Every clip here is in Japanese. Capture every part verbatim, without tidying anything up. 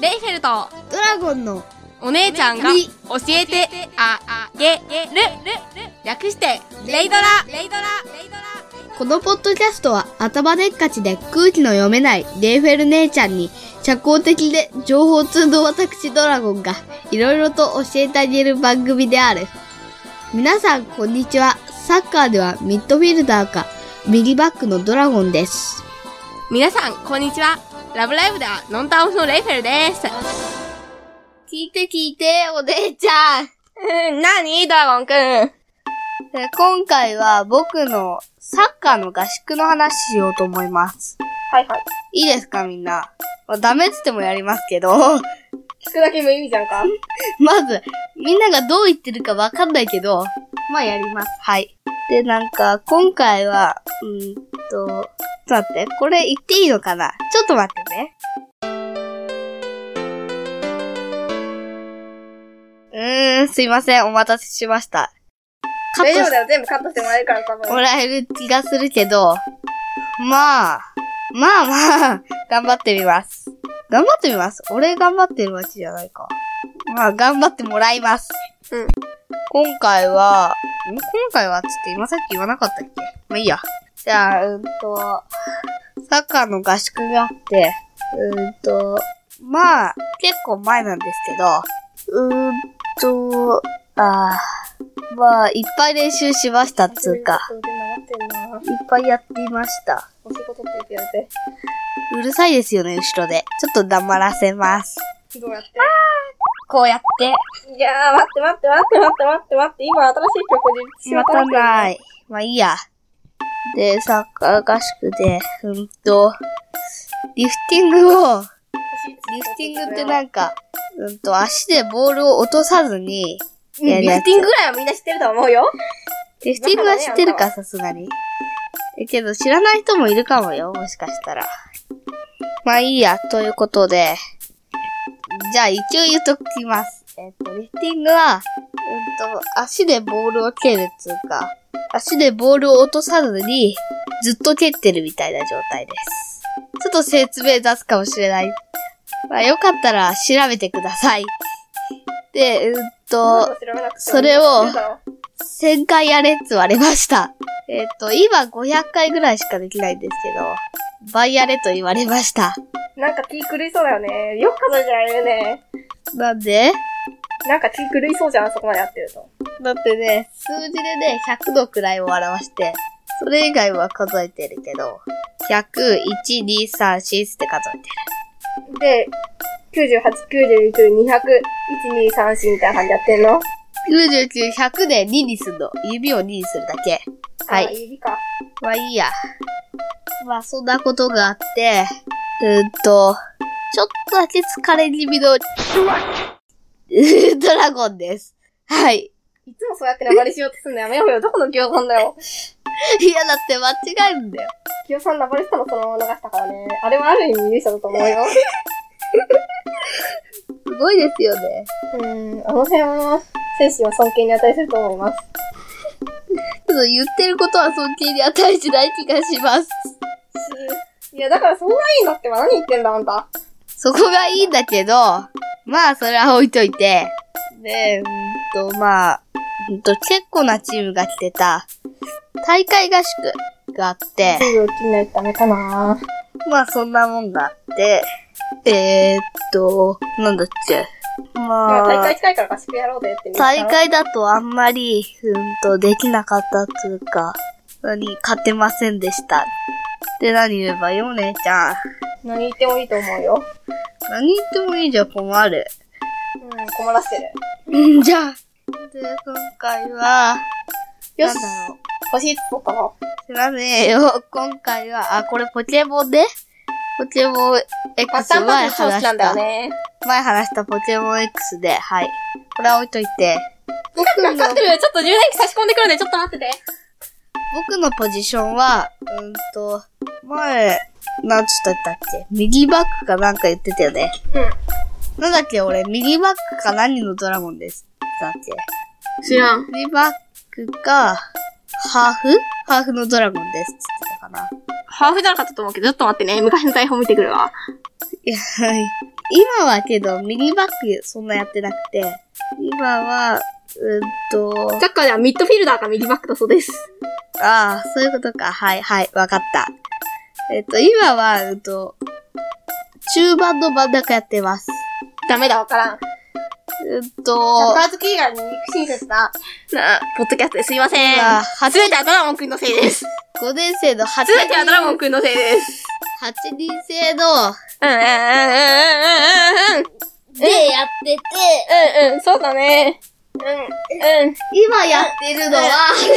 レイフェルトドラゴンのお姉ちゃんが教えてあげる略してレイドラレイドラレイドラ。 このポッドキャストは頭でっかちで空気の読めないレイフェル姉ちゃんに社交的で情報通の私ドラゴンがいろいろと教えてあげる番組である。皆さんこんにちは。サッカーではミッドフィルダーか右バックのドラゴンです。 皆さんこんにちは。ラブライブではノンタオフのレイフェルです。 聞いて聞いてお姉ちゃん。 うん、なにドラゴンくん。 で今回は僕のサッカーの合宿の話しようと思います。 はいはい。 いいですかみんな。まあ、ダメっつってもやりますけど。 聞くだけ無意味じゃんか。 まず、みんながどう言ってるかわかんないけど、まあやります。はい。で、なんか、今回は、うーんと、ちょっと待って、これ言っていいのかな？ちょっと待ってね。うーん、すいません、お待たせしました。 大丈夫だよ、全部カットしてもらえるから多分。 もらえる気がするけど、まあ、まあまあ、頑張ってみます。頑張ってみます。俺頑張ってるわけじゃないか。まあ、頑張ってもらいます。 うん。 今回は、ん今回はつって今さっき言わなかったっけ？まあいいや。じゃあ、うんと、サッカーの合宿があって、うんと、まあ、結構前なんですけど、うんと、あー、まあ、いっぱい練習しましたっつうか。いっぱいやっていました。 お仕事って言ってやれて。 うるさいですよね、後ろで。ちょっと黙らせます。 どうやって？ こうやって。 いやー、待って待って待って待って待って待って、今新しい曲でしまたない。まあいいや。で、サッカー合宿で、うんと、リフティングを、リフティングってなんか、うんと、足でボールを落とさずにやるやつ、リフティングぐらいはみんな知ってると思うよ。 リフティングは知ってるか、さすがに。え、けど知らない人もいるかもよ、もしかしたら。まあいいや、ということで、じゃあ一応言っときます。えっと、リフティングは、うんと、足でボールを蹴るっつうか、足でボールを落とさずに、ずっと蹴ってるみたいな状態です。ちょっと説明出すかもしれない。まあよかったら調べてください。で、うんと、それを、せんかいやれって言われました。えっと、今ごひゃっかいぐらいしかできないんですけど、倍やれと言われました。 なんか気狂いそうだよね。よく数えてられるね。 なんで？ なんか気狂いそうじゃん、そこまでやってると。 だってね、数字でね、ひゃくの位を表して、それ以外は数えてるけど、ひゃく、いち、に、さん、よんって数えてる。で、きゅうじゅうはち、きゅうじゅうきゅう、にひゃく、いち、に、さん、よんみたいな感じやってんの？ きゅうじゅうきゅう、ひゃくでににするの。指をににするだけ。はい。 あ、指か。 まあいいや。まあそんなことがあって、うーんと、ちょっとだけ疲れ気味の、ドラゴンです。はい。 いつもそうやって名張りしようとすんのやめようよ。どこのキヨさんだよ。 いや、だって間違えるんだよ。 キヨさん名張りしたのそのまま流したからね。あれはある意味ミュージシャンだと思うよ。 すごいですよね。 うーん、あの辺は、精神は尊敬に値すると思います。 けど言ってることは尊敬に値しない気がします。 いや、だからそこがいいんだってば。何言ってんだ、あんた。 そこがいいんだけど、まあ、それは置いといて。で、うんと、まあ、うんと、結構なチームが来てた、大会合宿があって、 すぐ気になるためかな。 まあ、そんなもんがあって、えー、っと、なんだっけ。まあ、 大会近いから合宿やろうぜって。 大会だとあんまり、うんと、できなかったっていうか、何、勝てませんでした。って何言えばいいよ、姉ちゃん。 何言ってもいいと思うよ。 何言ってもいいじゃ困る。 うん、困らせてる。 うん、じゃあ。で、今回は、 よし。 なんだろう。 欲しいっつったかな。 知らねえよ。今回は、あ、これポケモンね。ポケモン X 前話した。 なんだよね。 前話したポケモン X で、はい。これは置いといて。 僕の、かかってる。ちょっと充電器差し込んでくるんで、ちょっと待ってて。 僕のポジションは、うんと、前、なんつったっけ、右バックかなんか言ってたよね。うん。なんだっけ、俺、右バックか何のドラゴンですだっけ。 知らん。 右バックか、ハーフハーフのドラゴンですって言ってたかな。 ハーフじゃなかったと思うけど、ちょっと待ってね。昔の台本見てくるわ。 いや、 今はけど、ミニバックそんなやってなくて、今は、うんと、 サッカーではミッドフィルダーがミニバックだそうです。 ああ、そういうことか。はい、はい、わかった。えっと、今は、うんと、中盤の真ん中やってます。 ダメだ、わからん。 うんサッと、 カー好き以外に不親切な、な、ポッドキャストですいません。 今すべてはドラゴンくんのせいです。すごねん生のはちべてはドラゴンくんのせいです。 はちにん制の、 うんうんうんうんうんうん。 でやってて、 うんうん、そうだね。うん、うん。 今やってるのは、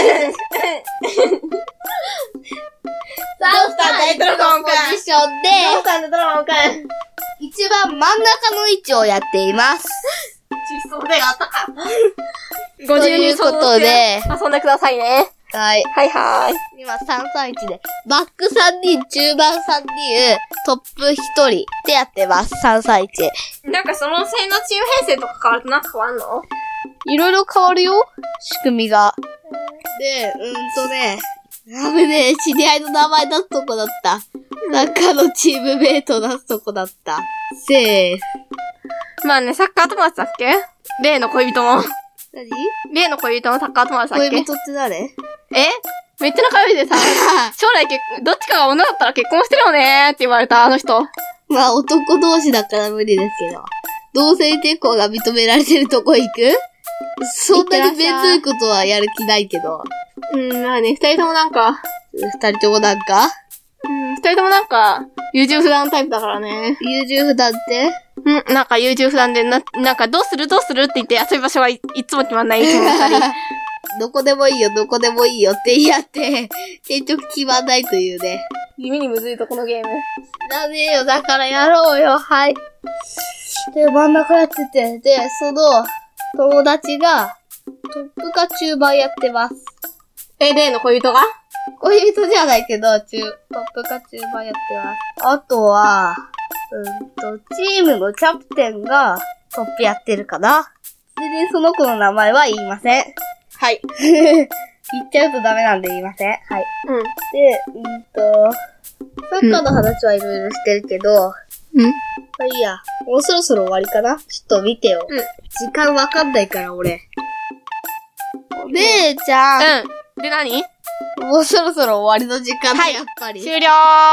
どうしたんだいドラゴンくんポジションで、 どうしたんだドラゴンくん。 一番真ん中の位置をやっています。 窒素であったか。ご自由にということで遊んでくださいね。 はい。 はいはーい。 今さんさんいちで、バックさんにん、中盤さんにん、トップひとりでやってます。さんさんいち。 なんかそのせいのチーム編成とか変わるとなんか変わんの？ いろいろ変わるよ、仕組みが。で、うーんとね、あぶねえ、知り合いの名前出すとこだった。サッカーのチームメイト出すとこだった。セーフ。 まあね、サッカー友達だっけ？例の恋人の。 何？ 例の恋人のサッカー友達だっけ？ 恋人って誰？ え？めっちゃ仲良いでさ、将来結どっちかが女だったら結婚してるよねーって言われた、あの人。 まあ男同士だから無理ですけど。同性結婚が認められてるとこ行く？そんなにめんどいことはやる気ないけど。 うん、まあね、二人ともなんか、 二人ともなんかうん、二人ともなんか、優柔不断タイプだからね。 優柔不断ってうん、なんか優柔不断で、な、なんかどうするどうするって言って遊び場所はい、いつも決まんない。いつも二人。 どこでもいいよ、どこでもいいよって言い合って、結局決まんないというね。 地味にむずいとこのゲーム。 だねえよ、だからやろうよ、はい。で、真ん中やってて、で、その、友達が、トップか中盤やってます。 え、例の恋人が？ 恋人じゃないけど、中、トップか中盤やってます。あとは、うんと、チームのキャプテンがトップやってるかな。でね、その子の名前は言いません。 はい。 言っちゃうとダメなんで言いません。はい。 うん。 で、うんと、サッカーの話はいろいろしてるけど、 うん。 まあいいや。もうそろそろ終わりかな？ちょっと見てよ。 うん。 時間わかんないから、俺。お姉ちゃん。 うん。で、何？ もうそろそろ終わりの時間だ、 はいやっぱり。 終了。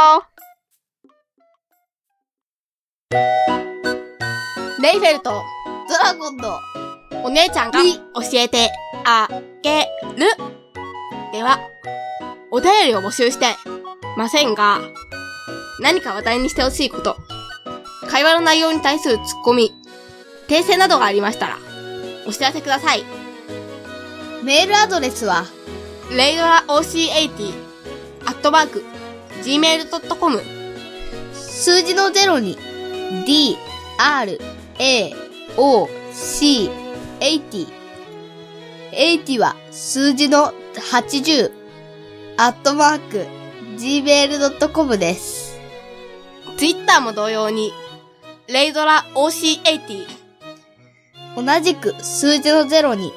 レイフェルとドラゴンのお姉ちゃんが教えてあげる。では、お便りを募集してませんが、何か話題にしてほしいこと、会話の内容に対するツッコミ、訂正などがありましたら、お知らせください。 メールアドレスは、 レイドラ オーシーエイティー アットマーク ジーメールドットコム数字のゼロに D、R、A、O、C、エイティー。エイティー は数字のはちじゅう、アットマーク、ジーメールドットコム です。 ツイッターも同様に、レイドラ オーシーエイティー。 同じく数字のゼロに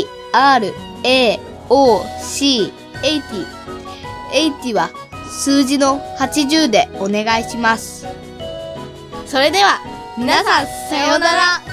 D、R、A、O、C、エイティー。エイティー は数字のはちじゅうでお願いします。 それでは、皆さんさようなら。